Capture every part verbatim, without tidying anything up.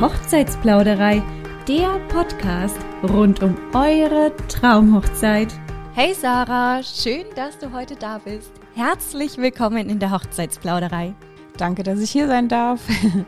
Hochzeitsplauderei, der Podcast rund um eure Traumhochzeit. Hey Sarah, schön, dass du heute da bist. Herzlich willkommen in der Hochzeitsplauderei. Danke, dass ich hier sein darf.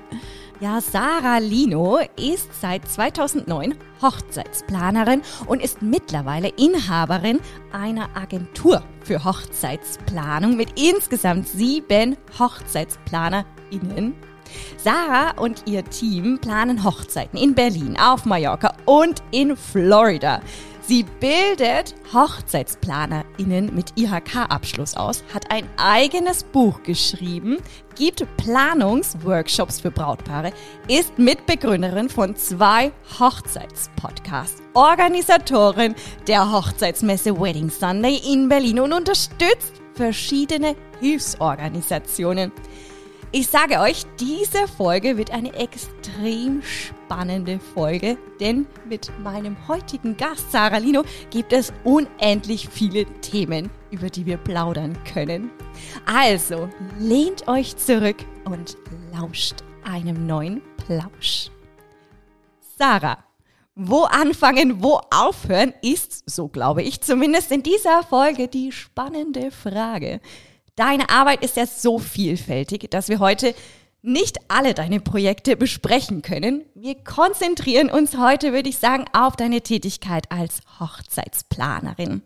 Ja, Sarah Lino ist seit zweitausendneun Hochzeitsplanerin und ist mittlerweile Inhaberin einer Agentur für Hochzeitsplanung mit insgesamt sieben HochzeitsplanerInnen. Sarah und ihr Team planen Hochzeiten in Berlin, auf Mallorca und in Florida. Sie bildet HochzeitsplanerInnen mit I H K-Abschluss aus, hat ein eigenes Buch geschrieben, gibt Planungsworkshops für Brautpaare, ist Mitbegründerin von zwei Hochzeitspodcasts, Organisatorin der Hochzeitsmesse Wedding Sunday in Berlin und unterstützt verschiedene Hilfsorganisationen. Ich sage euch, diese Folge wird eine extrem spannende Folge, denn mit meinem heutigen Gast Sarah Lino gibt es unendlich viele Themen, über die wir plaudern können. Also, lehnt euch zurück und lauscht einem neuen Plausch. Sarah, wo anfangen, wo aufhören, ist, so glaube ich zumindest in dieser Folge, die spannende Frage. Deine Arbeit ist ja so vielfältig, dass wir heute nicht alle deine Projekte besprechen können. Wir konzentrieren uns heute, würde ich sagen, auf deine Tätigkeit als Hochzeitsplanerin.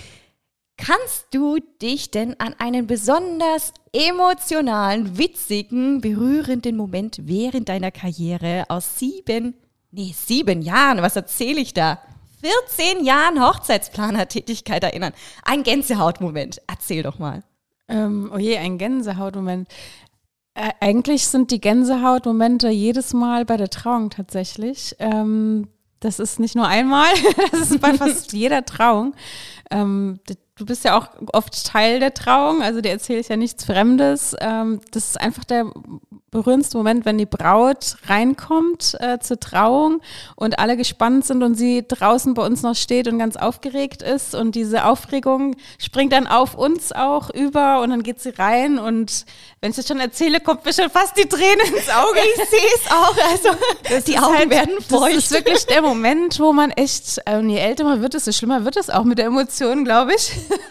Kannst du dich denn an einen besonders emotionalen, witzigen, berührenden Moment während deiner Karriere aus sieben, nee, sieben Jahren, was erzähle ich da? vierzehn Jahren Hochzeitsplaner-Tätigkeit erinnern? Ein Gänsehautmoment. Erzähl doch mal. Ähm, oh je, ein Gänsehautmoment. Äh, eigentlich sind die Gänsehautmomente jedes Mal bei der Trauung tatsächlich. Ähm, das ist nicht nur einmal, das ist bei fast jeder Trauung. Ähm, du bist ja auch oft Teil der Trauung, also dir erzähle ich ja nichts Fremdes. Ähm, das ist einfach der berührendste Moment, wenn die Braut reinkommt äh, zur Trauung und alle gespannt sind und sie draußen bei uns noch steht und ganz aufgeregt ist und diese Aufregung springt dann auf uns auch über und dann geht sie rein und wenn ich das schon erzähle, kommt mir schon fast die Tränen ins Auge. Ich sehe es auch, also das die Augen halt, werden feucht. Das ist wirklich der Moment, wo man echt, ähm, je älter man wird, desto schlimmer wird es auch mit der Emotion, glaube ich.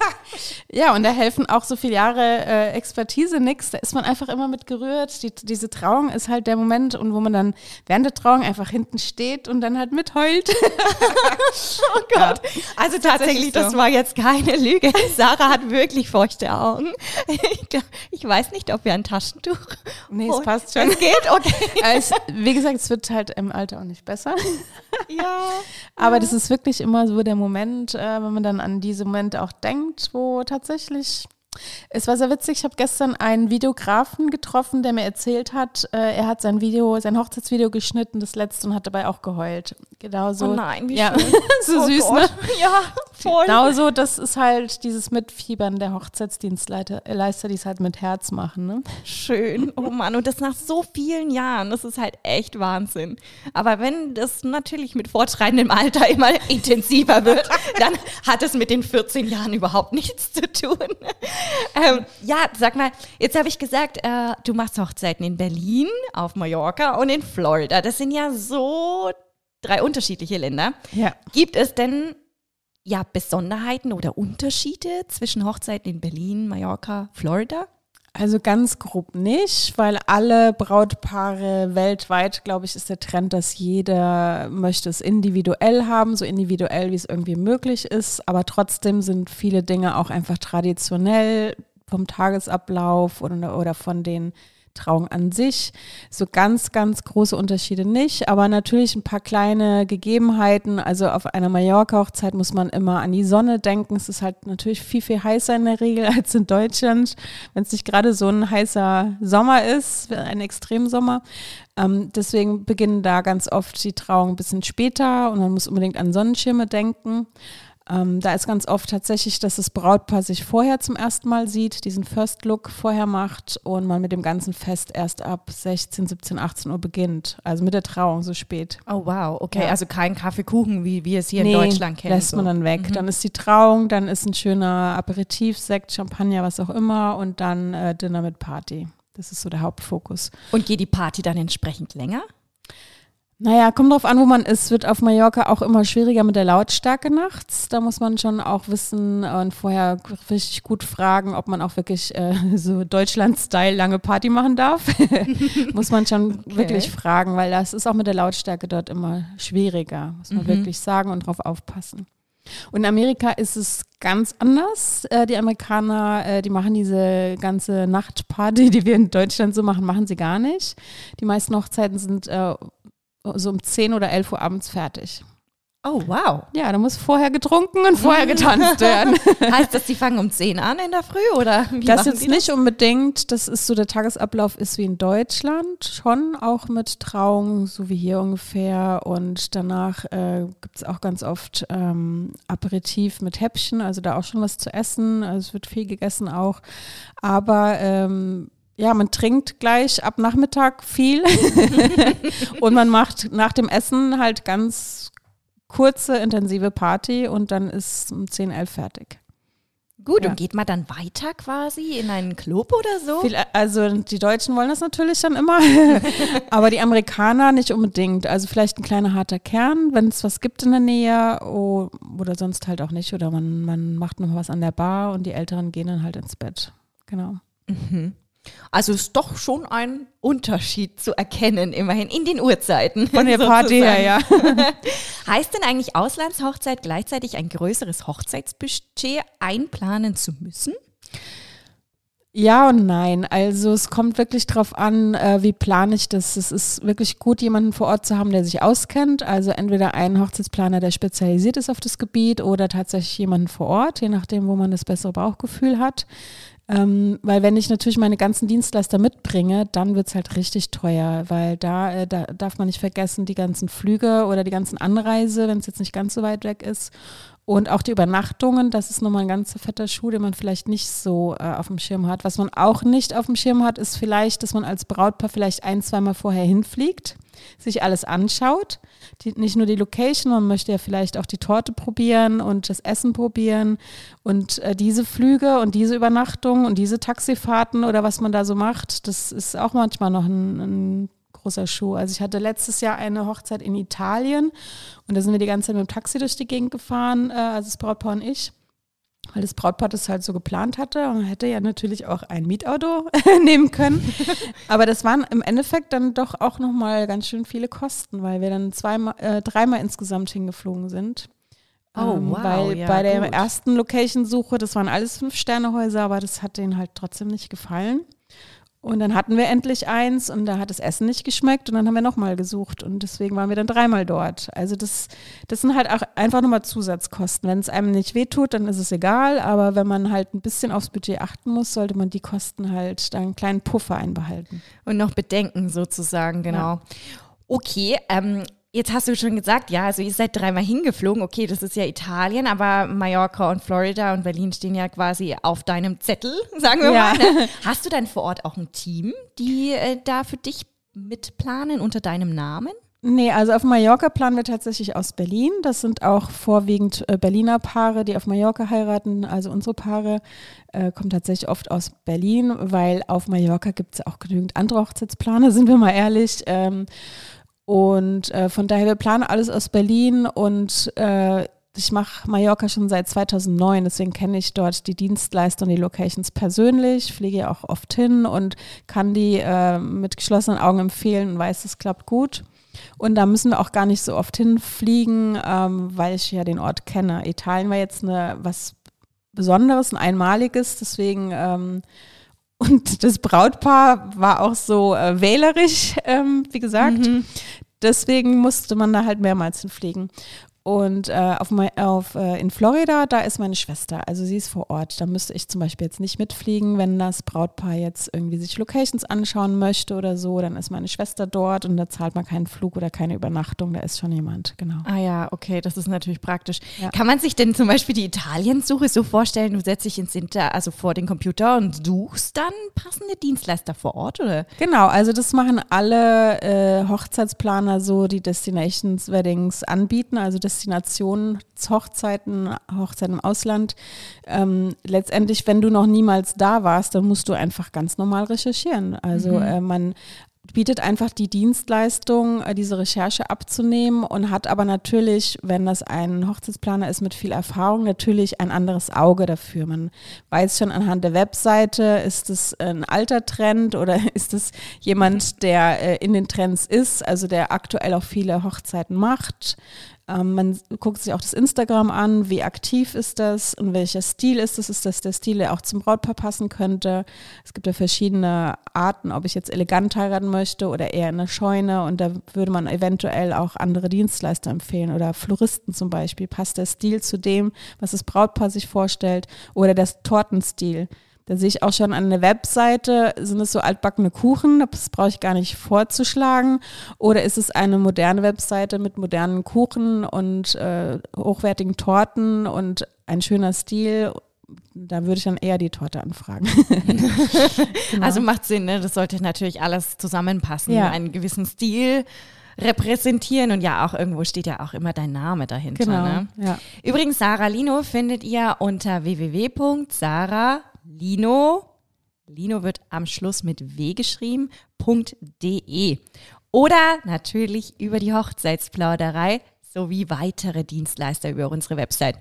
Ja, und da helfen auch so viele Jahre äh, Expertise nix. Da ist man einfach immer mit gerührt. Die, diese Trauung ist halt der Moment, und wo man dann während der Trauung einfach hinten steht und dann halt mitheult. Oh Gott. Ja. Also tatsächlich, das, so. das war jetzt keine Lüge. Sarah hat wirklich feuchte Augen. Ich, glaub, ich weiß nicht, ob wir ein Taschentuch. Nee, es passt schon. Es geht, okay. Also, wie gesagt, es wird halt im Alter auch nicht besser. Ja. Aber ja. das ist wirklich immer so der Moment, äh, wenn man dann an diese Momente auch denkt, wo tatsächlich, es war sehr witzig, ich habe gestern einen Videografen getroffen, der mir erzählt hat, äh, er hat sein Video, sein Hochzeitsvideo geschnitten, das letzte, und hat dabei auch geheult. Genau so. Oh nein, wie ja. schön. So oh süß, Gott. ne? Ja, voll. Genau so, das ist halt dieses Mitfiebern der Hochzeitsdienstleister, die es halt mit Herz machen, ne? Schön, oh Mann, und das nach so vielen Jahren, das ist halt echt Wahnsinn. Aber wenn das natürlich mit fortschreitendem Alter immer intensiver wird, dann hat es mit den vierzehn Jahren überhaupt nichts zu tun. Ähm, ja, sag mal, jetzt habe ich gesagt, äh, du machst Hochzeiten in Berlin, auf Mallorca und in Florida. Das sind ja so drei unterschiedliche Länder. Ja. Gibt es denn ja Besonderheiten oder Unterschiede zwischen Hochzeiten in Berlin, Mallorca, Florida? Also ganz grob nicht, weil alle Brautpaare weltweit, glaube ich, ist der Trend, dass jeder möchte es individuell haben, so individuell, wie es irgendwie möglich ist. Aber trotzdem sind viele Dinge auch einfach traditionell vom Tagesablauf oder, oder von den Trauung an sich. So ganz, ganz große Unterschiede nicht, aber natürlich ein paar kleine Gegebenheiten. Also auf einer Mallorca-Hochzeit muss man immer an die Sonne denken. Es ist halt natürlich viel, viel heißer in der Regel als in Deutschland, wenn es nicht gerade so ein heißer Sommer ist, ein Extremsommer. Ähm, deswegen beginnen da ganz oft die Trauung ein bisschen später und man muss unbedingt an Sonnenschirme denken. Ähm, da ist ganz oft tatsächlich, dass das Brautpaar sich vorher zum ersten Mal sieht, diesen First Look vorher macht und man mit dem ganzen Fest erst ab sechzehn, siebzehn, achtzehn Uhr beginnt. Also mit der Trauung so spät. Oh wow, okay. Ja. Also kein Kaffeekuchen, wie wir es hier nee, in Deutschland kennen. lässt so. man dann weg. Mhm. Dann ist die Trauung, dann ist ein schöner Aperitif, Sekt, Champagner, was auch immer und dann äh, Dinner mit Party. Das ist so der Hauptfokus. Und geht die Party dann entsprechend länger? Naja, kommt drauf an, wo man ist. Wird auf Mallorca auch immer schwieriger mit der Lautstärke nachts. Da muss man schon auch wissen und vorher richtig gut fragen, ob man auch wirklich äh, so Deutschland-Style lange Party machen darf. Muss man schon okay. wirklich fragen, weil das ist auch mit der Lautstärke dort immer schwieriger, muss man mhm. wirklich sagen und drauf aufpassen. Und in Amerika ist es ganz anders. Äh, die Amerikaner, äh, die machen diese ganze Nachtparty, die wir in Deutschland so machen, machen sie gar nicht. Die meisten Hochzeiten sind äh, so um zehn oder elf Uhr abends fertig. Oh, wow. Ja, da muss vorher getrunken und vorher getanzt werden. Heißt das, die fangen um zehn an in der Früh oder wie das jetzt die nicht das? Unbedingt. Das ist so, der Tagesablauf ist wie in Deutschland schon, auch mit Trauung, so wie hier ungefähr. Und danach äh, gibt es auch ganz oft ähm, Aperitif mit Häppchen, also da auch schon was zu essen. Also es wird viel gegessen auch. Aber ähm, ja, man trinkt gleich ab Nachmittag viel und man macht nach dem Essen halt ganz kurze, intensive Party und dann ist um zehn, elf fertig. Gut, ja. Und geht man dann weiter quasi in einen Club oder so? Viel, also die Deutschen wollen das natürlich dann immer, aber die Amerikaner nicht unbedingt. Also vielleicht ein kleiner harter Kern, wenn es was gibt in der Nähe oh, oder sonst halt auch nicht. Oder man, man macht noch was an der Bar und die Älteren gehen dann halt ins Bett. Genau. Mhm. Also ist doch schon ein Unterschied zu erkennen, immerhin in den Uhrzeiten. Von der Party her, ja. Heißt denn eigentlich Auslandshochzeit gleichzeitig ein größeres Hochzeitsbudget einplanen zu müssen? Ja und nein. Also es kommt wirklich drauf an, äh, wie plane ich das. Es ist wirklich gut, jemanden vor Ort zu haben, der sich auskennt. Also entweder einen Hochzeitsplaner, der spezialisiert ist auf das Gebiet oder tatsächlich jemanden vor Ort, je nachdem, wo man das bessere Bauchgefühl hat. Ähm, weil wenn ich natürlich meine ganzen Dienstleister mitbringe, dann wird es halt richtig teuer, weil da, äh, da darf man nicht vergessen, die ganzen Flüge oder die ganzen Anreise, wenn es jetzt nicht ganz so weit weg ist und auch die Übernachtungen, das ist nochmal ein ganz fetter Schuh, den man vielleicht nicht so äh, auf dem Schirm hat. Was man auch nicht auf dem Schirm hat, ist vielleicht, dass man als Brautpaar vielleicht ein, zweimal vorher hinfliegt, sich alles anschaut, die, nicht nur die Location, man möchte ja vielleicht auch die Torte probieren und das Essen probieren und äh, diese Flüge und diese Übernachtungen und diese Taxifahrten oder was man da so macht, das ist auch manchmal noch ein, ein großer Schuh. Also ich hatte letztes Jahr eine Hochzeit in Italien und da sind wir die ganze Zeit mit dem Taxi durch die Gegend gefahren, äh, also das Brautpaar und ich. Weil das Brautpaar das halt so geplant hatte. Und man hätte ja natürlich auch ein Mietauto nehmen können. Aber das waren im Endeffekt dann doch auch nochmal ganz schön viele Kosten, weil wir dann zweimal, äh, dreimal insgesamt hingeflogen sind. Oh, ähm, wow. Weil ja, bei der gut. ersten Location-Suche, das waren alles Fünf-Sterne-Häuser, aber das hat denen halt trotzdem nicht gefallen. Und dann hatten wir endlich eins und da hat das Essen nicht geschmeckt und dann haben wir nochmal gesucht und deswegen waren wir dann dreimal dort. Also das, das sind halt auch einfach nochmal Zusatzkosten. Wenn es einem nicht wehtut, dann ist es egal, aber wenn man halt ein bisschen aufs Budget achten muss, sollte man die Kosten halt da einen kleinen Puffer einbehalten. Und noch bedenken sozusagen, genau. Ja. Okay, ähm, jetzt hast du schon gesagt, ja, also ihr seid dreimal hingeflogen. Okay, das ist ja Italien, aber Mallorca und Florida und Berlin stehen ja quasi auf deinem Zettel, sagen wir ja. mal. Ne? Hast du dann vor Ort auch ein Team, die äh, da für dich mitplanen unter deinem Namen? Nee, also auf Mallorca planen wir tatsächlich aus Berlin. Das sind auch vorwiegend äh, Berliner Paare, die auf Mallorca heiraten. Also unsere Paare äh, kommen tatsächlich oft aus Berlin, weil auf Mallorca gibt es auch genügend andere Hochzeitsplaner, sind wir mal ehrlich. Ähm, Und äh, von daher, wir planen alles aus Berlin und äh, ich mache Mallorca schon seit zweitausendneun, deswegen kenne ich dort die Dienstleister und die Locations persönlich, fliege ja auch oft hin und kann die äh, mit geschlossenen Augen empfehlen und weiß, es klappt gut. Und da müssen wir auch gar nicht so oft hinfliegen, ähm, weil ich ja den Ort kenne. Italien war jetzt eine, was Besonderes, ein Einmaliges, deswegen ähm, und das Brautpaar war auch so äh, wählerisch, ähm, wie gesagt. Mhm. Deswegen musste man da halt mehrmals hinfliegen. Und äh, auf, auf, äh, in Florida, da ist meine Schwester, also sie ist vor Ort. Da müsste ich zum Beispiel jetzt nicht mitfliegen, wenn das Brautpaar jetzt irgendwie sich Locations anschauen möchte oder so, dann ist meine Schwester dort und da zahlt man keinen Flug oder keine Übernachtung, da ist schon jemand, genau. Ah ja, okay, das ist natürlich praktisch. Ja. Kann man sich denn zum Beispiel die Italiensuche so vorstellen, du setzt dich ins Inter, also vor den Computer und suchst dann passende Dienstleister vor Ort, oder? Genau, also das machen alle äh, Hochzeitsplaner so, die Destinations Weddings anbieten, also das Destinationen, Hochzeiten, Hochzeiten im Ausland. Ähm, letztendlich, wenn du noch niemals da warst, dann musst du einfach ganz normal recherchieren. Also mhm. äh, man bietet einfach die Dienstleistung, diese Recherche abzunehmen und hat aber natürlich, wenn das ein Hochzeitsplaner ist mit viel Erfahrung, natürlich ein anderes Auge dafür. Man weiß schon anhand der Webseite, ist es ein alter Trend oder ist es jemand, der in den Trends ist, also der aktuell auch viele Hochzeiten macht. Ähm, man guckt sich auch das Instagram an, wie aktiv ist das und welcher Stil ist das? Ist das der Stil, der auch zum Brautpaar passen könnte? Es gibt ja verschiedene Arten, ob ich jetzt elegant heiraten möchte oder eher in einer Scheune, und da würde man eventuell auch andere Dienstleister empfehlen oder Floristen zum Beispiel. Passt der Stil zu dem, was das Brautpaar sich vorstellt, oder der Tortenstil? Da sehe ich auch schon an der Webseite, sind es so altbackene Kuchen, das brauche ich gar nicht vorzuschlagen. Oder ist es eine moderne Webseite mit modernen Kuchen und äh, hochwertigen Torten und ein schöner Stil? Da würde ich dann eher die Torte anfragen. Genau. Also macht Sinn, ne? Das sollte natürlich alles zusammenpassen, ja. einen gewissen Stil repräsentieren, und ja, auch irgendwo steht ja auch immer dein Name dahinter. Genau, ne? ja. Übrigens, Sarah Lino findet ihr unter w w w punkt sarah Lino, Lino wird am Schluss mit W geschrieben, .de. Oder natürlich über die Hochzeitsplauderei sowie weitere Dienstleister über unsere Website.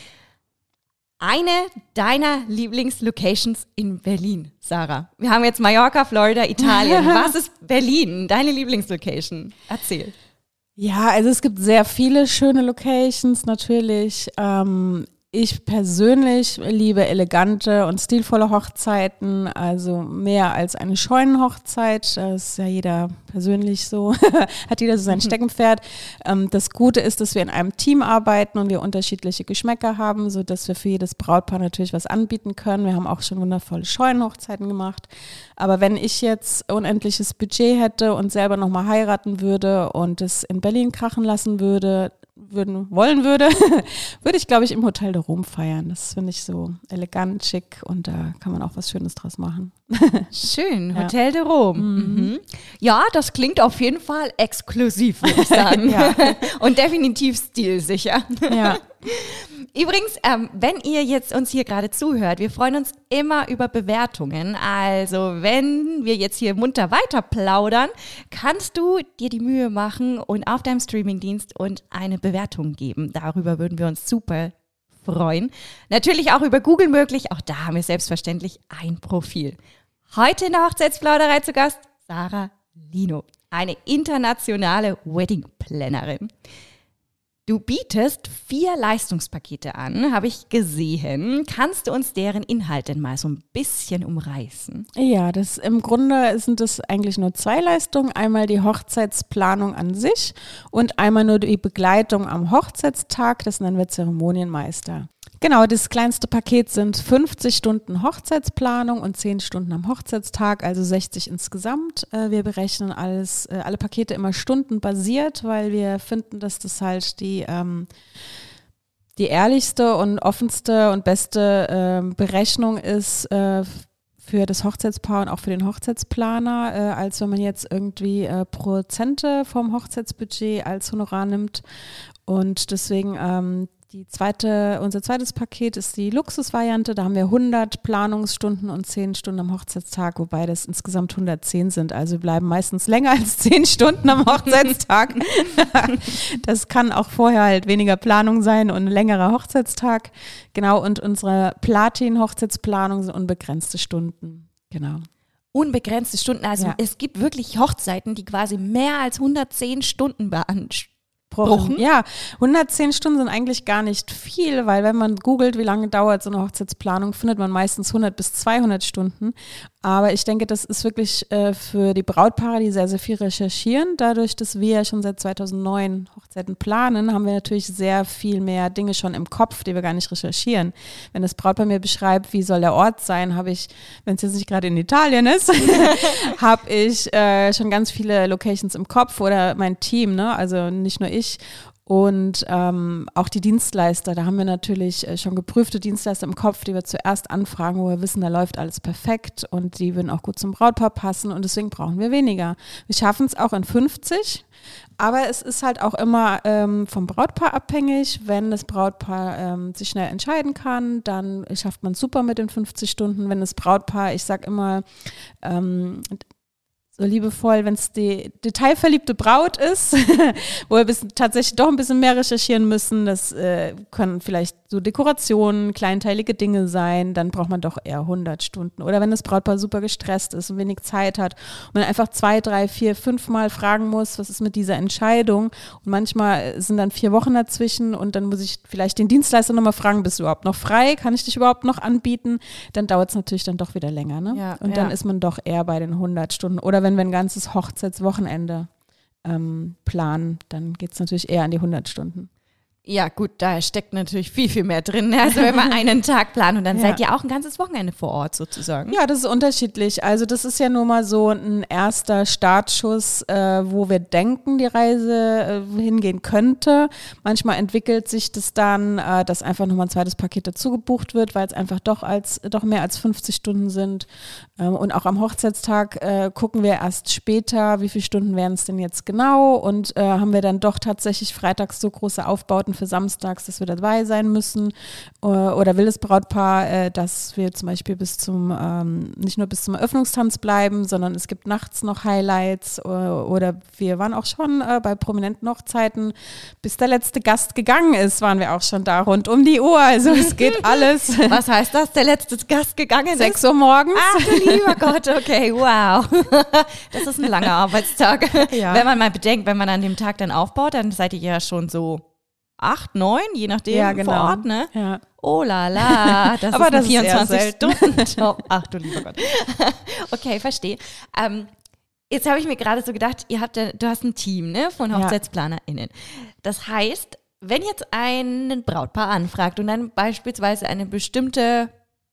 Eine deiner Lieblingslocations in Berlin, Sarah. Wir haben jetzt Mallorca, Florida, Italien. Was ist Berlin, deine Lieblingslocation? Erzähl. Ja, also es gibt sehr viele schöne Locations natürlich. Ähm, Ich persönlich liebe elegante und stilvolle Hochzeiten, also mehr als eine Scheunenhochzeit. Das ist ja jeder persönlich so, hat jeder so sein Steckenpferd. Das Gute ist, dass wir in einem Team arbeiten und wir unterschiedliche Geschmäcker haben, sodass wir für jedes Brautpaar natürlich was anbieten können. Wir haben auch schon wundervolle Scheunenhochzeiten gemacht. Aber wenn ich jetzt unendliches Budget hätte und selber nochmal heiraten würde und es in Berlin krachen lassen würde, würden, wollen würde, würde ich, glaube ich, im Hotel de Rom feiern. Das finde ich so elegant, schick, und da kann man auch was Schönes draus machen. Schön, Ja. Hotel de Rom. Mhm. Mhm. Ja, das klingt auf jeden Fall exklusiv, würde ich sagen. Ja. Und definitiv stilsicher. Ja. Übrigens, ähm, wenn ihr jetzt uns hier gerade zuhört, wir freuen uns immer über Bewertungen. Also wenn wir jetzt hier munter weiter plaudern, kannst du dir die Mühe machen und auf deinem Streamingdienst und eine Bewertung geben. Darüber würden wir uns super freuen. Natürlich auch über Google möglich. Auch da haben wir selbstverständlich ein Profil. Heute in der Hochzeitsplauderei zu Gast Sarah Lino, eine internationale Wedding-Plannerin. Du bietest vier Leistungspakete an, habe ich gesehen. Kannst du uns deren Inhalt denn mal so ein bisschen umreißen? Ja, das im Grunde sind es eigentlich nur zwei Leistungen. Einmal die Hochzeitsplanung an sich und einmal nur die Begleitung am Hochzeitstag. Das nennen wir Zeremonienmeister. Genau, das kleinste Paket sind fünfzig Stunden Hochzeitsplanung und zehn Stunden am Hochzeitstag, also sechzig insgesamt. Wir berechnen alles, alle Pakete immer stundenbasiert, weil wir finden, dass das halt die, ähm, die ehrlichste und offenste und beste äh, Berechnung ist äh, für das Hochzeitspaar und auch für den Hochzeitsplaner, äh, als wenn man jetzt irgendwie äh, Prozente vom Hochzeitsbudget als Honorar nimmt. Und deswegen ähm, Die zweite, unser zweites Paket ist die Luxusvariante. Da haben wir hundert Planungsstunden und zehn Stunden am Hochzeitstag, wobei das insgesamt hundertzehn sind. Also wir bleiben meistens länger als zehn Stunden am Hochzeitstag. Das kann auch vorher halt weniger Planung sein und ein längerer Hochzeitstag. Genau, und unsere Platin-Hochzeitsplanung sind unbegrenzte Stunden. Genau. Unbegrenzte Stunden. Also Ja. es gibt wirklich Hochzeiten, die quasi mehr als hundertzehn Stunden beanspruchen. Bruchen. Ja, hundertzehn Stunden sind eigentlich gar nicht viel, weil wenn man googelt, wie lange dauert so eine Hochzeitsplanung, findet man meistens hundert bis zweihundert Stunden. Aber ich denke, das ist wirklich äh, für die Brautpaare, die sehr, sehr viel recherchieren. Dadurch, dass wir ja schon seit zweitausendneun Hochzeiten planen, haben wir natürlich sehr viel mehr Dinge schon im Kopf, die wir gar nicht recherchieren. Wenn das Brautpaar mir beschreibt, wie soll der Ort sein, habe ich, wenn es jetzt nicht gerade in Italien ist, habe ich äh, schon ganz viele Locations im Kopf oder mein Team, ne? Also nicht nur ich. Und ähm, auch die Dienstleister, da haben wir natürlich äh, schon geprüfte Dienstleister im Kopf, die wir zuerst anfragen, wo wir wissen, da läuft alles perfekt und die würden auch gut zum Brautpaar passen und deswegen brauchen wir weniger. Wir schaffen es auch in fünfzig, aber es ist halt auch immer ähm, vom Brautpaar abhängig. Wenn das Brautpaar ähm, sich schnell entscheiden kann, dann schafft man es super mit den fünfzig Stunden. Wenn das Brautpaar, ich sag immer, ähm, so liebevoll, wenn es die detailverliebte Braut ist, wo wir bis, tatsächlich doch ein bisschen mehr recherchieren müssen. Das äh, können vielleicht so Dekorationen, kleinteilige Dinge sein. Dann braucht man doch eher hundert Stunden. Oder wenn das Brautpaar super gestresst ist und wenig Zeit hat und man einfach zwei, drei, vier, fünf Mal fragen muss, was ist mit dieser Entscheidung? Und manchmal sind dann vier Wochen dazwischen und dann muss ich vielleicht den Dienstleister nochmal fragen, bist du überhaupt noch frei? Kann ich dich überhaupt noch anbieten? Dann dauert es natürlich dann doch wieder länger. Ne? Ja, und ja. dann ist man doch eher bei den hundert Stunden. Oder wenn wir ein ganzes Hochzeitswochenende ähm, planen, dann geht es natürlich eher an die hundert Stunden. Ja gut, da steckt natürlich viel, viel mehr drin. Also wenn wir einen Tag planen und dann Ja. seid ihr auch ein ganzes Wochenende vor Ort sozusagen. Ja, das ist unterschiedlich. Also das ist ja nur mal so ein erster Startschuss, äh, wo wir denken, die Reise äh, hingehen könnte. Manchmal entwickelt sich das dann, äh, dass einfach nochmal ein zweites Paket dazu gebucht wird, weil es einfach doch als doch mehr als fünfzig Stunden sind. Ähm, und auch am Hochzeitstag äh, gucken wir erst später, wie viele Stunden wären es denn jetzt genau, und äh, haben wir dann doch tatsächlich freitags so große Aufbauten für samstags, dass wir dabei sein müssen, äh, oder will das Brautpaar, äh, dass wir zum Beispiel bis zum, ähm, nicht nur bis zum Eröffnungstanz bleiben, sondern es gibt nachts noch Highlights, äh, oder wir waren auch schon äh, bei prominenten Hochzeiten, bis der letzte Gast gegangen ist, waren wir auch schon da rund um die Uhr, also es geht alles. Was heißt das, der letzte Gast gegangen ist? Sechs Uhr morgens. Ach du lieber Gott, okay, wow. Das ist ein langer Arbeitstag. Ja. Wenn man mal bedenkt, wenn man an dem Tag dann aufbaut, dann seid ihr ja schon so acht, neun, je nachdem, Ja, genau. vor Ort, ne? Ja. Oh la la, das Aber ist das ein ist eher vierundzwanzig-Stunden-Job. Ach du lieber Gott. Okay, verstehe. Ähm, jetzt habe ich mir gerade so gedacht, ihr habt ja, du hast ein Team, ne, von Ja. HochzeitsplanerInnen. Das heißt, wenn jetzt ein Brautpaar anfragt und dann beispielsweise eine bestimmte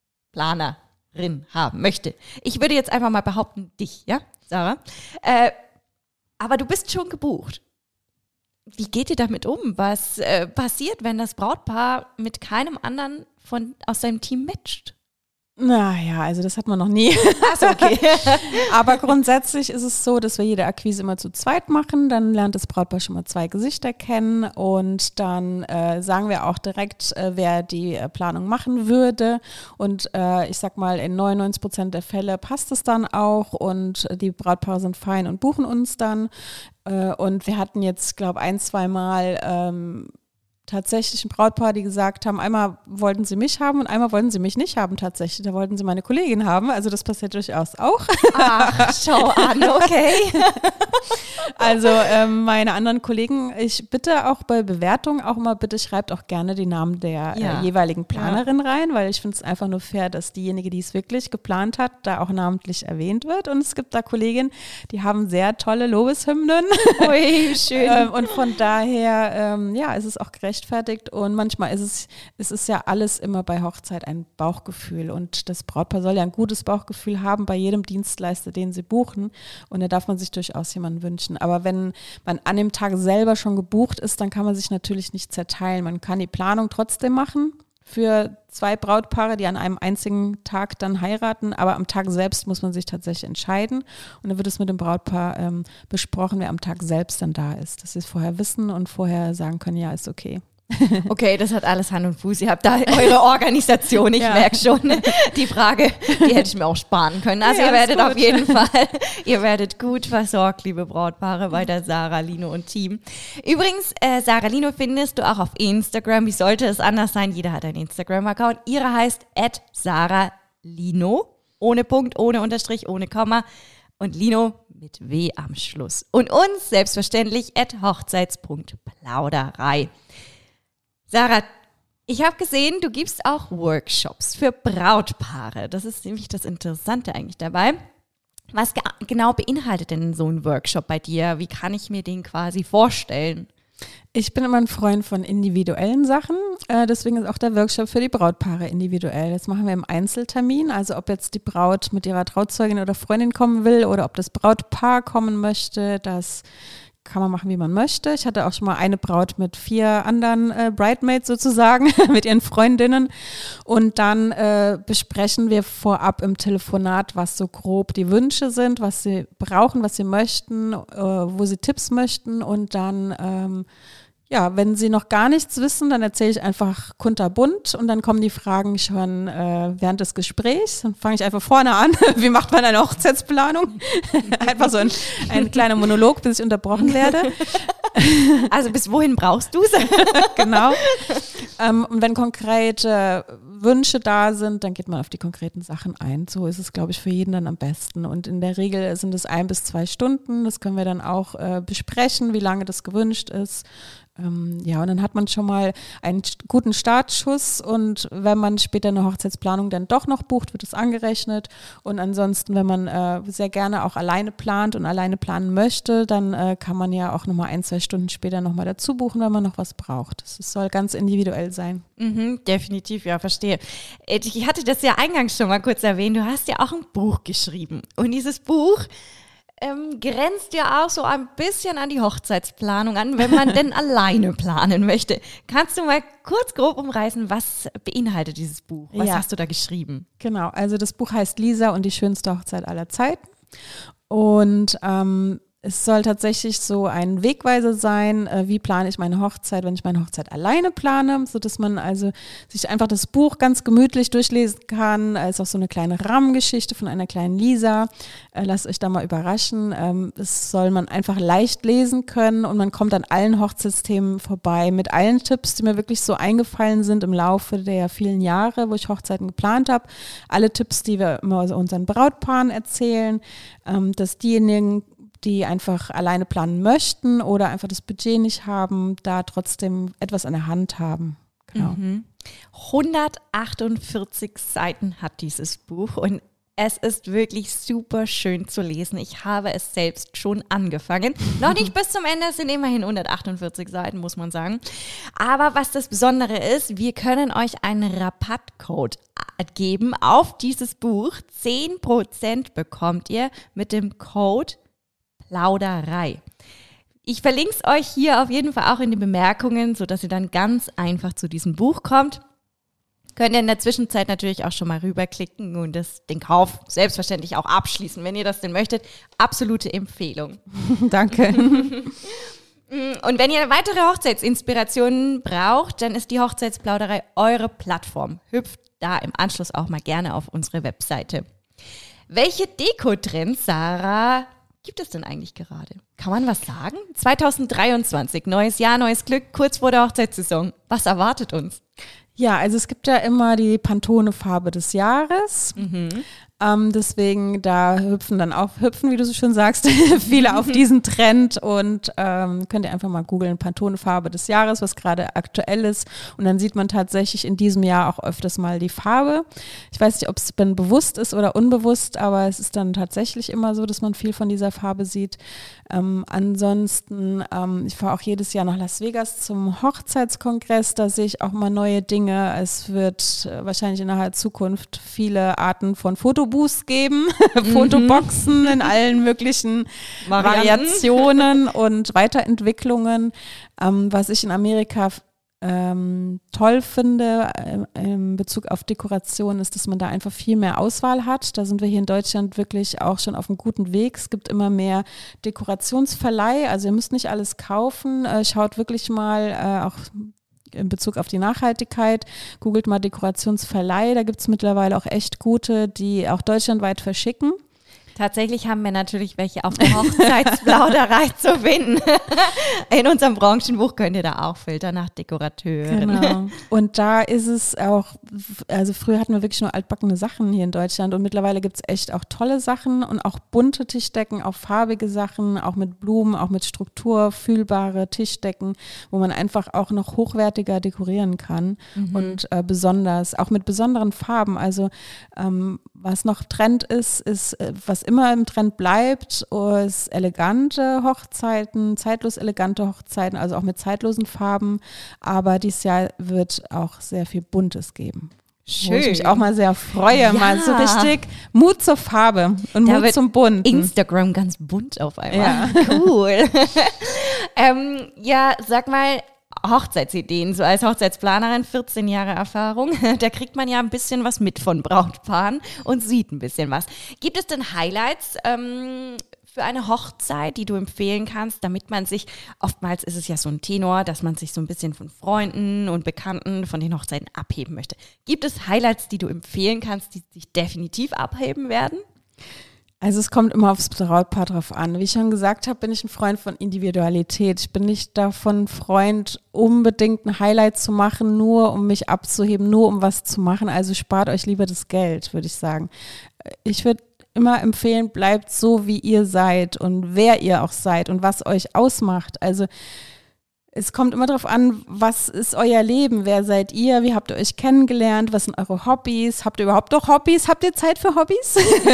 Planerin haben möchte, ich würde jetzt einfach mal behaupten, dich, ja, Sarah, äh, aber du bist schon gebucht. Wie geht ihr damit um? Was äh, passiert, wenn das Brautpaar mit keinem anderen von, aus seinem Team matcht? Naja, also das hat man noch nie. Achso, okay. Aber grundsätzlich ist es so, dass wir jede Akquise immer zu zweit machen. Dann lernt das Brautpaar schon mal zwei Gesichter kennen und dann äh, sagen wir auch direkt, äh, wer die äh, Planung machen würde. Und äh, ich sag mal, in neunundneunzig Prozent der Fälle passt es dann auch und die Brautpaare sind fein und buchen uns dann. Äh, und wir hatten jetzt, glaube ich, ein, zwei Mal ähm, tatsächlich ein Brautpaar, die gesagt haben, einmal wollten sie mich haben und einmal wollten sie mich nicht haben tatsächlich. Da wollten sie meine Kollegin haben. Also das passiert durchaus auch. Ach, schau an, okay. Also ähm, meine anderen Kollegen, ich bitte auch bei Bewertungen auch immer, bitte schreibt auch gerne die Namen der Ja. äh, jeweiligen Planerin rein, weil ich finde es einfach nur fair, dass diejenige, die es wirklich geplant hat, da auch namentlich erwähnt wird. Und es gibt da Kolleginnen, die haben sehr tolle Lobeshymnen. Ui, schön. ähm, und von daher, ähm, ja, ist es auch gerechtfertigt. Und manchmal ist es, es ist ja alles immer bei Hochzeit ein Bauchgefühl. Und das Brautpaar soll ja ein gutes Bauchgefühl haben bei jedem Dienstleister, den sie buchen. Und da darf man sich durchaus jemanden wünschen. Aber wenn man an dem Tag selber schon gebucht ist, dann kann man sich natürlich nicht zerteilen. Man kann die Planung trotzdem machen für zwei Brautpaare, die an einem einzigen Tag dann heiraten, aber am Tag selbst muss man sich tatsächlich entscheiden und dann wird es mit dem Brautpaar ähm, besprochen, wer am Tag selbst dann da ist, dass sie es vorher wissen und vorher sagen können, ja, ist okay. Okay, das hat alles Hand und Fuß. Ihr habt da eure Organisation, ich Ja. merke schon. Die Frage, die hätte ich mir auch sparen können. Also Ja, ihr werdet ist gut. auf jeden Fall, ihr werdet gut versorgt, liebe Brautpaare, bei der Sarah Lino und Team. Übrigens, äh, Sarah Lino findest du auch auf Instagram. Wie sollte es anders sein? Jeder hat einen Instagram-Account. Ihre heißt at Sarah Lino. Ohne Punkt, ohne Unterstrich, ohne Komma. Und Lino mit W am Schluss. Und uns selbstverständlich at hochzeits.plauderei. Sarah, ich habe gesehen, du gibst auch Workshops für Brautpaare. Das ist nämlich das Interessante eigentlich dabei. Was ge- genau beinhaltet denn so ein Workshop bei dir? Wie kann ich mir den quasi vorstellen? Ich bin immer ein Freund von individuellen Sachen, äh, deswegen ist auch der Workshop für die Brautpaare individuell. Das machen wir im Einzeltermin, also ob jetzt die Braut mit ihrer Trauzeugin oder Freundin kommen will oder ob das Brautpaar kommen möchte, das kann man machen, wie man möchte. Ich hatte auch schon mal eine Braut mit vier anderen äh, Bridesmaids sozusagen, mit ihren Freundinnen. Und dann äh, besprechen wir vorab im Telefonat, was so grob die Wünsche sind, was sie brauchen, was sie möchten, äh, wo sie Tipps möchten. Und dann ähm, Ja, wenn Sie noch gar nichts wissen, dann erzähle ich einfach kunterbunt und dann kommen die Fragen schon äh, während des Gesprächs. Dann fange ich einfach vorne an. Wie macht man eine Hochzeitsplanung? Einfach so ein, ein kleiner Monolog, bis ich unterbrochen werde. Also bis wohin brauchst du es? Genau. Ähm, und wenn konkrete Wünsche da sind, dann geht man auf die konkreten Sachen ein. So ist es, glaube ich, für jeden dann am besten. Und in der Regel sind es ein bis zwei Stunden. Das können wir dann auch äh, besprechen, wie lange das gewünscht ist. Ähm, ja, und dann hat man schon mal einen guten Startschuss und wenn man später eine Hochzeitsplanung dann doch noch bucht, wird es angerechnet und ansonsten, wenn man äh, sehr gerne auch alleine plant und alleine planen möchte, dann äh, kann man ja auch nochmal ein, zwei Stunden später nochmal dazu buchen, wenn man noch was braucht. Das soll ganz individuell sein. Mhm, definitiv, ja, verstehe. Ich hatte das ja eingangs schon mal kurz erwähnt, du hast ja auch ein Buch geschrieben und dieses Buch Ähm, grenzt ja auch so ein bisschen an die Hochzeitsplanung an, wenn man denn alleine planen möchte. Kannst du mal kurz grob umreißen, was beinhaltet dieses Buch? Was ja. hast du da geschrieben? Genau, also das Buch heißt Lisa und die schönste Hochzeit aller Zeiten und ähm, es soll tatsächlich so ein Wegweiser sein, äh, wie plane ich meine Hochzeit, wenn ich meine Hochzeit alleine plane, sodass man also sich einfach das Buch ganz gemütlich durchlesen kann. Es ist auch so eine kleine Rahmengeschichte von einer kleinen Lisa. Äh, lasst euch da mal überraschen. Ähm, das soll man einfach leicht lesen können und man kommt an allen Hochzeitsthemen vorbei mit allen Tipps, die mir wirklich so eingefallen sind im Laufe der vielen Jahre, wo ich Hochzeiten geplant habe. Alle Tipps, die wir immer unseren Brautpaaren erzählen, ähm, dass diejenigen, die einfach alleine planen möchten oder einfach das Budget nicht haben, da trotzdem etwas an der Hand haben. Genau. Mhm. hundertachtundvierzig Seiten hat dieses Buch und es ist wirklich super schön zu lesen. Ich habe es selbst schon angefangen. Noch nicht bis zum Ende, es sind immerhin hundertachtundvierzig Seiten, muss man sagen. Aber was das Besondere ist, wir können euch einen Rabattcode geben auf dieses Buch. zehn Prozent bekommt ihr mit dem Code Plauderei. Ich verlinke es euch hier auf jeden Fall auch in den Bemerkungen, sodass ihr dann ganz einfach zu diesem Buch kommt. Könnt ihr in der Zwischenzeit natürlich auch schon mal rüberklicken und das, den Kauf selbstverständlich auch abschließen, wenn ihr das denn möchtet. Absolute Empfehlung. Danke. Und wenn ihr weitere Hochzeitsinspirationen braucht, dann ist die Hochzeitsplauderei eure Plattform. Hüpft da im Anschluss auch mal gerne auf unsere Webseite. Welche Dekotrends, Sarah, gibt es denn eigentlich gerade? Kann man was sagen? zwanzig dreiundzwanzig, neues Jahr, neues Glück, kurz vor der Hochzeitssaison. Was erwartet uns? Ja, also es gibt ja immer die Pantone-Farbe des Jahres. Mhm. Ähm, deswegen, da hüpfen dann auch, hüpfen, wie du so schön sagst, viele auf diesen Trend und ähm, könnt ihr einfach mal googeln, Pantone-Farbe des Jahres, was gerade aktuell ist. Und dann sieht man tatsächlich in diesem Jahr auch öfters mal die Farbe. Ich weiß nicht, ob es dann bewusst ist oder unbewusst, aber es ist dann tatsächlich immer so, dass man viel von dieser Farbe sieht. Ähm, ansonsten, ähm, ich fahre auch jedes Jahr nach Las Vegas zum Hochzeitskongress, da sehe ich auch mal neue Dinge. Es wird äh, wahrscheinlich in naher Zukunft viele Arten von Fotobooths geben, mhm. Fotoboxen in allen möglichen Variationen und Weiterentwicklungen. Ähm, was ich in Amerika ähm, toll finde äh, in Bezug auf Dekoration ist, dass man da einfach viel mehr Auswahl hat. Da sind wir hier in Deutschland wirklich auch schon auf einem guten Weg. Es gibt immer mehr Dekorationsverleih, also ihr müsst nicht alles kaufen. Äh, schaut wirklich mal äh, auch in Bezug auf die Nachhaltigkeit, googelt mal Dekorationsverleih, da gibt es mittlerweile auch echt gute, die auch deutschlandweit verschicken. Tatsächlich haben wir natürlich welche auf der Hochzeitsplauderei zu finden. In unserem Branchenbuch könnt ihr da auch filtern nach Dekorateuren. Genau. Und da ist es auch, also früher hatten wir wirklich nur altbackene Sachen hier in Deutschland und mittlerweile gibt es echt auch tolle Sachen und auch bunte Tischdecken, auch farbige Sachen, auch mit Blumen, auch mit Struktur, fühlbare Tischdecken, wo man einfach auch noch hochwertiger dekorieren kann mhm. und äh, besonders, auch mit besonderen Farben. Also ähm, was noch Trend ist, ist, äh, was immer im Trend bleibt, ist elegante Hochzeiten, zeitlos elegante Hochzeiten, also auch mit zeitlosen Farben. Aber dieses Jahr wird auch sehr viel Buntes geben. Schön. Wo ich mich auch mal sehr freue, ja. mal so richtig Mut zur Farbe und da Mut wird zum Bunten. Instagram ganz bunt auf einmal. Ja. Cool. ähm, ja, sag mal, Hochzeitsideen, so als Hochzeitsplanerin, vierzehn Jahre Erfahrung, da kriegt man ja ein bisschen was mit von Brautpaaren und sieht ein bisschen was. Gibt es denn Highlights ähm, für eine Hochzeit, die du empfehlen kannst, damit man sich, oftmals ist es ja so ein Tenor, dass man sich so ein bisschen von Freunden und Bekannten von den Hochzeiten abheben möchte. Gibt es Highlights, die du empfehlen kannst, die sich definitiv abheben werden? Also es kommt immer aufs Brautpaar drauf an. Wie ich schon gesagt habe, bin ich ein Freund von Individualität. Ich bin nicht davon Freund, unbedingt ein Highlight zu machen, nur um mich abzuheben, nur um was zu machen. Also spart euch lieber das Geld, würde ich sagen. Ich würde immer empfehlen, bleibt so, wie ihr seid und wer ihr auch seid und was euch ausmacht. Also es kommt immer darauf an, was ist euer Leben, wer seid ihr, wie habt ihr euch kennengelernt, was sind eure Hobbys, habt ihr überhaupt noch Hobbys, habt ihr Zeit für Hobbys?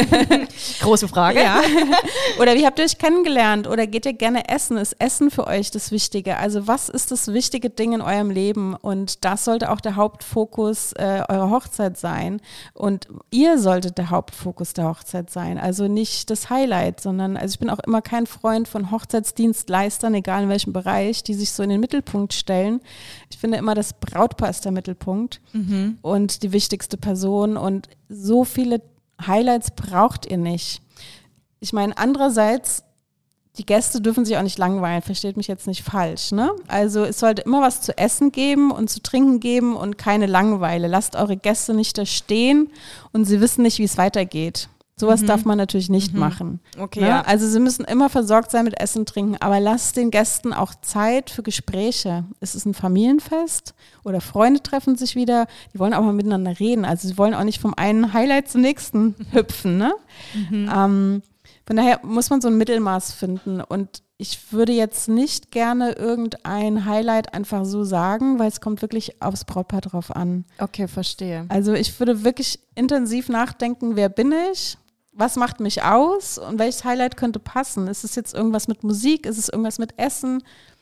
Große Frage. Ja. Oder wie habt ihr euch kennengelernt oder geht ihr gerne essen, ist Essen für euch das Wichtige? Also was ist das wichtige Ding in eurem Leben und das sollte auch der Hauptfokus äh, eurer Hochzeit sein und ihr solltet der Hauptfokus der Hochzeit sein, also nicht das Highlight, sondern, also ich bin auch immer kein Freund von Hochzeitsdienstleistern, egal in welchem Bereich, die sich so in den Mittelpunkt stellen. Ich finde immer, das Brautpaar ist der Mittelpunkt mhm. und die wichtigste Person und so viele Highlights braucht ihr nicht. Ich meine, andererseits, die Gäste dürfen sich auch nicht langweilen, versteht mich jetzt nicht falsch, ne? Also es sollte immer was zu essen geben und zu trinken geben und keine Langeweile. Lasst eure Gäste nicht da stehen und sie wissen nicht, wie es weitergeht. Sowas mhm. darf man natürlich nicht mhm. machen. Okay, ne? ja. Also sie müssen immer versorgt sein mit Essen, Trinken, aber lasst den Gästen auch Zeit für Gespräche. Es ist ein Familienfest oder Freunde treffen sich wieder, die wollen auch mal miteinander reden. Also sie wollen auch nicht vom einen Highlight zum nächsten hüpfen. Ne? Mhm. Ähm, von daher muss man so ein Mittelmaß finden und ich würde jetzt nicht gerne irgendein Highlight einfach so sagen, weil es kommt wirklich aufs Brautpaar drauf an. Okay, verstehe. Also ich würde wirklich intensiv nachdenken, wer bin ich? Was macht mich aus und welches Highlight könnte passen? Ist es jetzt irgendwas mit Musik? Ist es irgendwas mit Essen?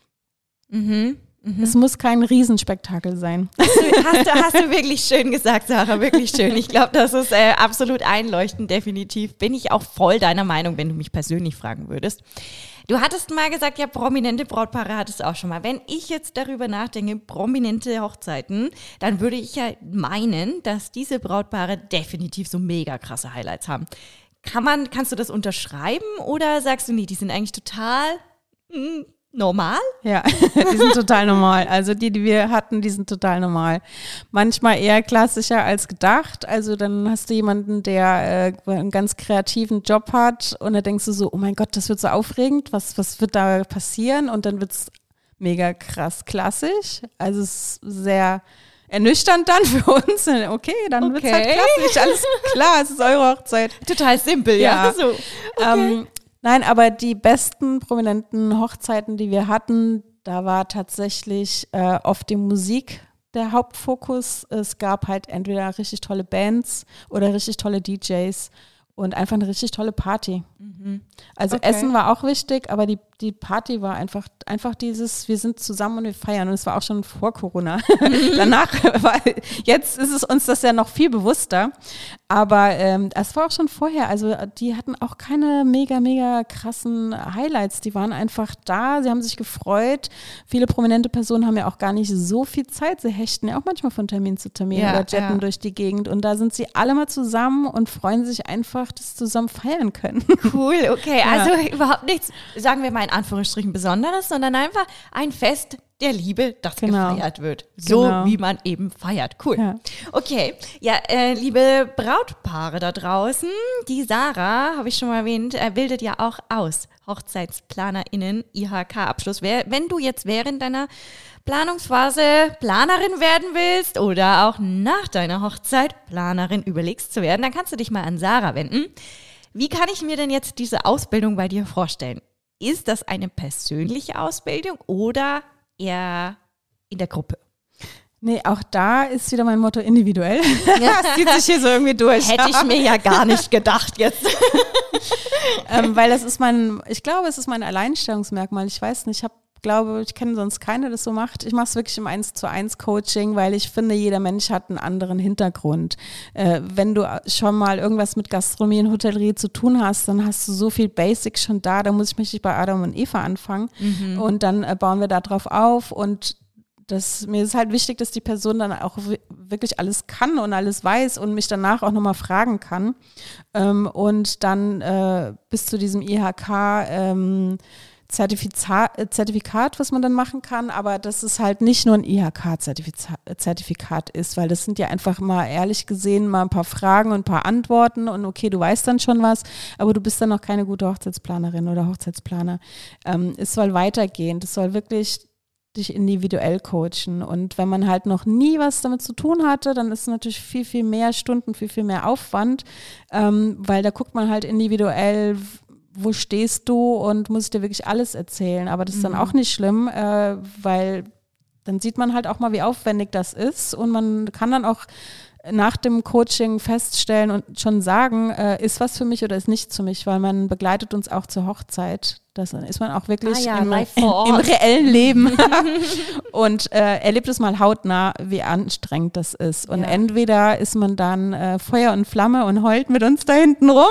Mhm. Mhm. Es muss kein Riesenspektakel sein. Hast du, hast, du, hast du wirklich schön gesagt, Sarah, wirklich schön. Ich glaube, das ist äh, absolut einleuchtend, definitiv. Bin ich auch voll deiner Meinung, wenn du mich persönlich fragen würdest. Du hattest mal gesagt, ja, prominente Brautpaare hattest du auch schon mal. Wenn ich jetzt darüber nachdenke, prominente Hochzeiten, dann würde ich ja meinen, dass diese Brautpaare definitiv so mega krasse Highlights haben. Kann man, kannst du das unterschreiben oder sagst du, nee, die sind eigentlich total mh, normal? Ja, die sind total normal. Also die, die wir hatten, die sind total normal. Manchmal eher klassischer als gedacht. Also dann hast du jemanden, der äh, einen ganz kreativen Job hat und da denkst du so, oh mein Gott, das wird so aufregend. Was, was wird da passieren? Und dann wird es mega krass klassisch. Also es ist sehr ernüchternd dann für uns. Okay, dann okay. wird es halt klassisch. Alles klar, es ist eure Hochzeit. Total simpel, ja. ja. So. Okay. Ähm, Nein, aber die besten prominenten Hochzeiten, die wir hatten, da war tatsächlich äh, oft die Musik der Hauptfokus. Es gab halt entweder richtig tolle Bands oder richtig tolle D Js und einfach eine richtig tolle Party. Mhm. Also okay. Essen war auch wichtig, aber die, die Party war einfach, einfach dieses, wir sind zusammen und wir feiern. Und es war auch schon vor Corona. Danach, war, jetzt ist es uns das ja noch viel bewusster. Aber ähm, es war auch schon vorher. Also die hatten auch keine mega, mega krassen Highlights. Die waren einfach da, sie haben sich gefreut. Viele prominente Personen haben ja auch gar nicht so viel Zeit. Sie hechten ja auch manchmal von Termin zu Termin ja, oder jetten ja. durch die Gegend. Und da sind sie alle mal zusammen und freuen sich einfach, dass sie zusammen feiern können. Cool, okay. Ja. Also überhaupt nichts, sagen wir mal in Anführungsstrichen Besonderes, sondern einfach ein Fest der Liebe, das genau. gefeiert wird. So genau. wie man eben feiert. Cool. Ja. Okay. Ja, äh, liebe Brautpaare da draußen, die Sarah, habe ich schon mal erwähnt, äh, bildet ja auch aus. HochzeitsplanerInnen, I H K-Abschluss. Wenn du jetzt während deiner Planungsphase Planerin werden willst oder auch nach deiner Hochzeit Planerin überlegst zu werden, dann kannst du dich mal an Sarah wenden. Wie kann ich mir denn jetzt diese Ausbildung bei dir vorstellen? Ist das eine persönliche Ausbildung oder eher in der Gruppe? Nee, auch da ist wieder mein Motto individuell. Das zieht sich hier so irgendwie durch. Hätte ich mir ja gar nicht gedacht jetzt. ähm, weil das ist mein, ich glaube, es ist mein Alleinstellungsmerkmal. Ich weiß nicht, ich habe glaube, ich kenne sonst keinen, der das so macht. Ich mache es wirklich im eins zu eins Coaching, weil ich finde, jeder Mensch hat einen anderen Hintergrund. Äh, wenn du schon mal irgendwas mit Gastronomie und Hotellerie zu tun hast, dann hast du so viel Basics schon da, da muss ich mich nicht bei Adam und Eva anfangen. Mhm. Und dann äh, bauen wir da drauf auf und das, mir ist halt wichtig, dass die Person dann auch w- wirklich alles kann und alles weiß und mich danach auch nochmal fragen kann. Ähm, und dann äh, bis zu diesem I H K ähm, Zertifikat, äh, Zertifikat, was man dann machen kann, aber dass es halt nicht nur ein I H K-Zertifikat ist, weil das sind ja einfach mal ehrlich gesehen mal ein paar Fragen und ein paar Antworten und okay, du weißt dann schon was, aber du bist dann noch keine gute Hochzeitsplanerin oder Hochzeitsplaner. Ähm, es soll weitergehen, es soll wirklich dich individuell coachen. Und wenn man halt noch nie was damit zu tun hatte, dann ist es natürlich viel, viel mehr Stunden, viel, viel mehr Aufwand, ähm, weil da guckt man halt individuell, wo stehst du und muss ich dir wirklich alles erzählen. Aber das ist dann Mhm. auch nicht schlimm, äh, weil dann sieht man halt auch mal, wie aufwendig das ist und man kann dann auch nach dem Coaching feststellen und schon sagen, äh, ist was für mich oder ist nichts für mich, weil man begleitet uns auch zur Hochzeit. Das ist man auch wirklich Ah ja, im, live vor Ort. im reellen Leben und äh, erlebt es mal hautnah, wie anstrengend das ist. Und Ja. entweder ist man dann äh, Feuer und Flamme und heult mit uns da hinten rum.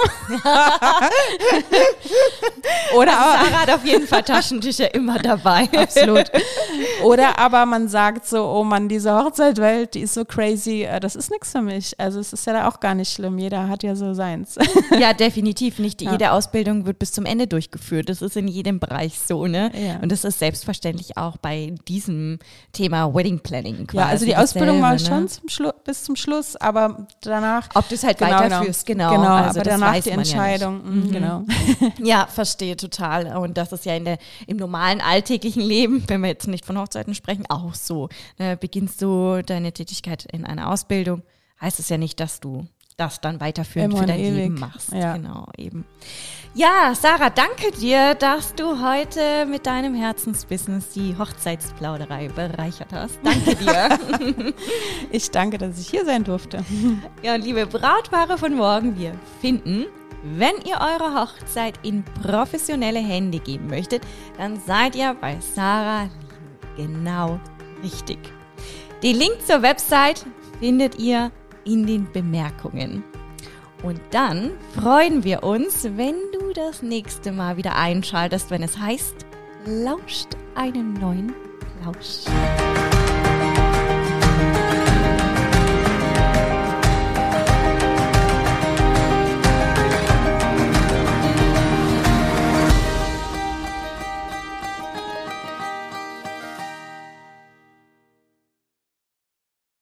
Oder aber, Sarah hat auf jeden Fall Taschentücher immer dabei. absolut. Oder aber man sagt so, oh Mann, diese Hochzeitwelt, die ist so crazy, äh, das ist nichts für mich. Also es ist ja da auch gar nicht schlimm, jeder hat ja so seins. Ja, definitiv. Nicht Ja. jede Ausbildung wird bis zum Ende durchgeführt. Das ist in jedem Bereich so, ne? Ja. Und das ist selbstverständlich auch bei diesem Thema Wedding Planning quasi. Ja, also die Ausbildung war dasselbe, schon ne? zum Schlu- bis zum Schluss, aber danach. Ob du es halt Genau, weiterführst, genau. Genau, also aber das danach weiß die man Entscheidung. Ja, nicht. mhm. Genau. Ja, verstehe total. Und das ist ja in der, im normalen alltäglichen Leben, wenn wir jetzt nicht von Hochzeiten sprechen, auch so. Ne, beginnst du deine Tätigkeit in einer Ausbildung, heißt es ja nicht, dass du das dann weiterführend Immer für und dein ewig. Leben machst. Ja. Genau, eben. Ja, Sarah, danke dir, dass du heute mit deinem Herzensbusiness die Hochzeitsplauderei bereichert hast. Danke dir. Ich danke, dass ich hier sein durfte. Ja, und liebe Brautpaare von morgen, wir finden, wenn ihr eure Hochzeit in professionelle Hände geben möchtet, dann seid ihr bei Sarah Lino genau richtig. Den Link zur Website findet ihr in den Bemerkungen. Und dann freuen wir uns, wenn du das nächste Mal wieder einschaltest, wenn es heißt, lauscht einem neuen Plausch.